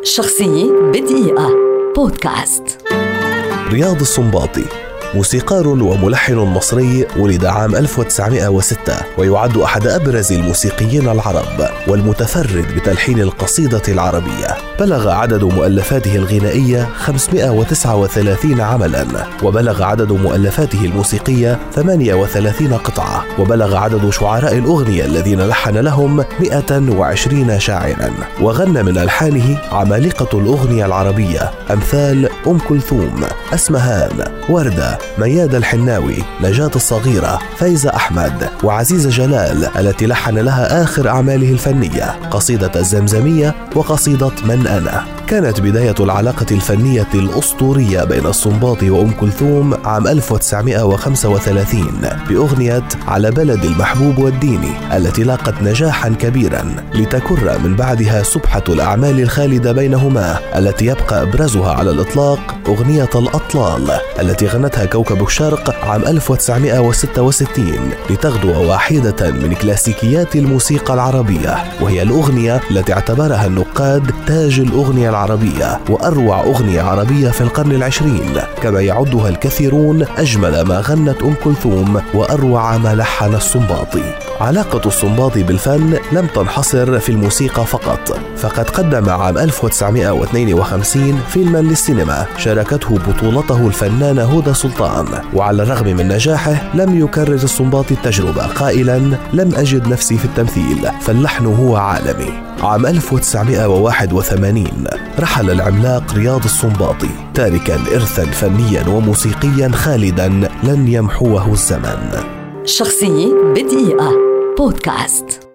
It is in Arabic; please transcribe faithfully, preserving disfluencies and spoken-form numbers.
شخصية بدقيقة بودكاست. رياض السنباطي موسيقار وملحن مصري، ولد عام ألف وتسعمائة وستة ويعد أحد أبرز الموسيقيين العرب والمتفرد بتلحين القصيدة العربية. بلغ عدد مؤلفاته الغنائية خمسمائة وتسعة وثلاثين عملا، وبلغ عدد مؤلفاته الموسيقية ثمانية وثلاثين قطعة، وبلغ عدد شعراء الأغنية الذين لحن لهم مئة وعشرين شاعرا. وغنى من ألحانه عمالقة الأغنية العربية أمثال أم كلثوم، أسمهان، وردة، مياد الحناوي، نجاة الصغيرة، فايزة أحمد، وعزيزة جلال التي لحن لها آخر أعماله الفنية قصيدة الزمزمية وقصيدة من أنا. كانت بداية العلاقة الفنية الأسطورية بين السنباطي وأم كلثوم عام ألف وتسعمائة وخمسة وثلاثين بأغنية على بلد المحبوب والديني، التي لاقت نجاحا كبيرا لتكر من بعدها سبحة الأعمال الخالدة بينهما، التي يبقى أبرزها على الإطلاق أغنية الأطلال التي غنتها كوكب الشرق عام ألف وتسعمائة وستة وستين لتغدو واحدة من كلاسيكيات الموسيقى العربية، وهي الأغنية التي اعتبرها النقاد تاج الأغنية العربية وأروع أغنية عربية في القرن العشرين، كما يعدها الكثيرون أجمل ما غنت أم كلثوم وأروع ما لحن السنباطي. علاقة السنباطي بالفن لم تنحصر في الموسيقى فقط، فقد قدم عام ألف وتسعمائة واثنين وخمسين فيلما للسينما شاركته بطولته الفنانة هدى سلطان، وعلى الرغم من نجاحه لم يكرر السنباطي التجربة قائلا لم أجد نفسي في التمثيل فاللحن هو عالمي. عام ألف وتسعمائة وواحد وثمانين رحل العملاق رياض السنباطي تاركا إرثا فنيا وموسيقيا خالدا لن يمحوه الزمن. شخصية بدقيقة بودكاست.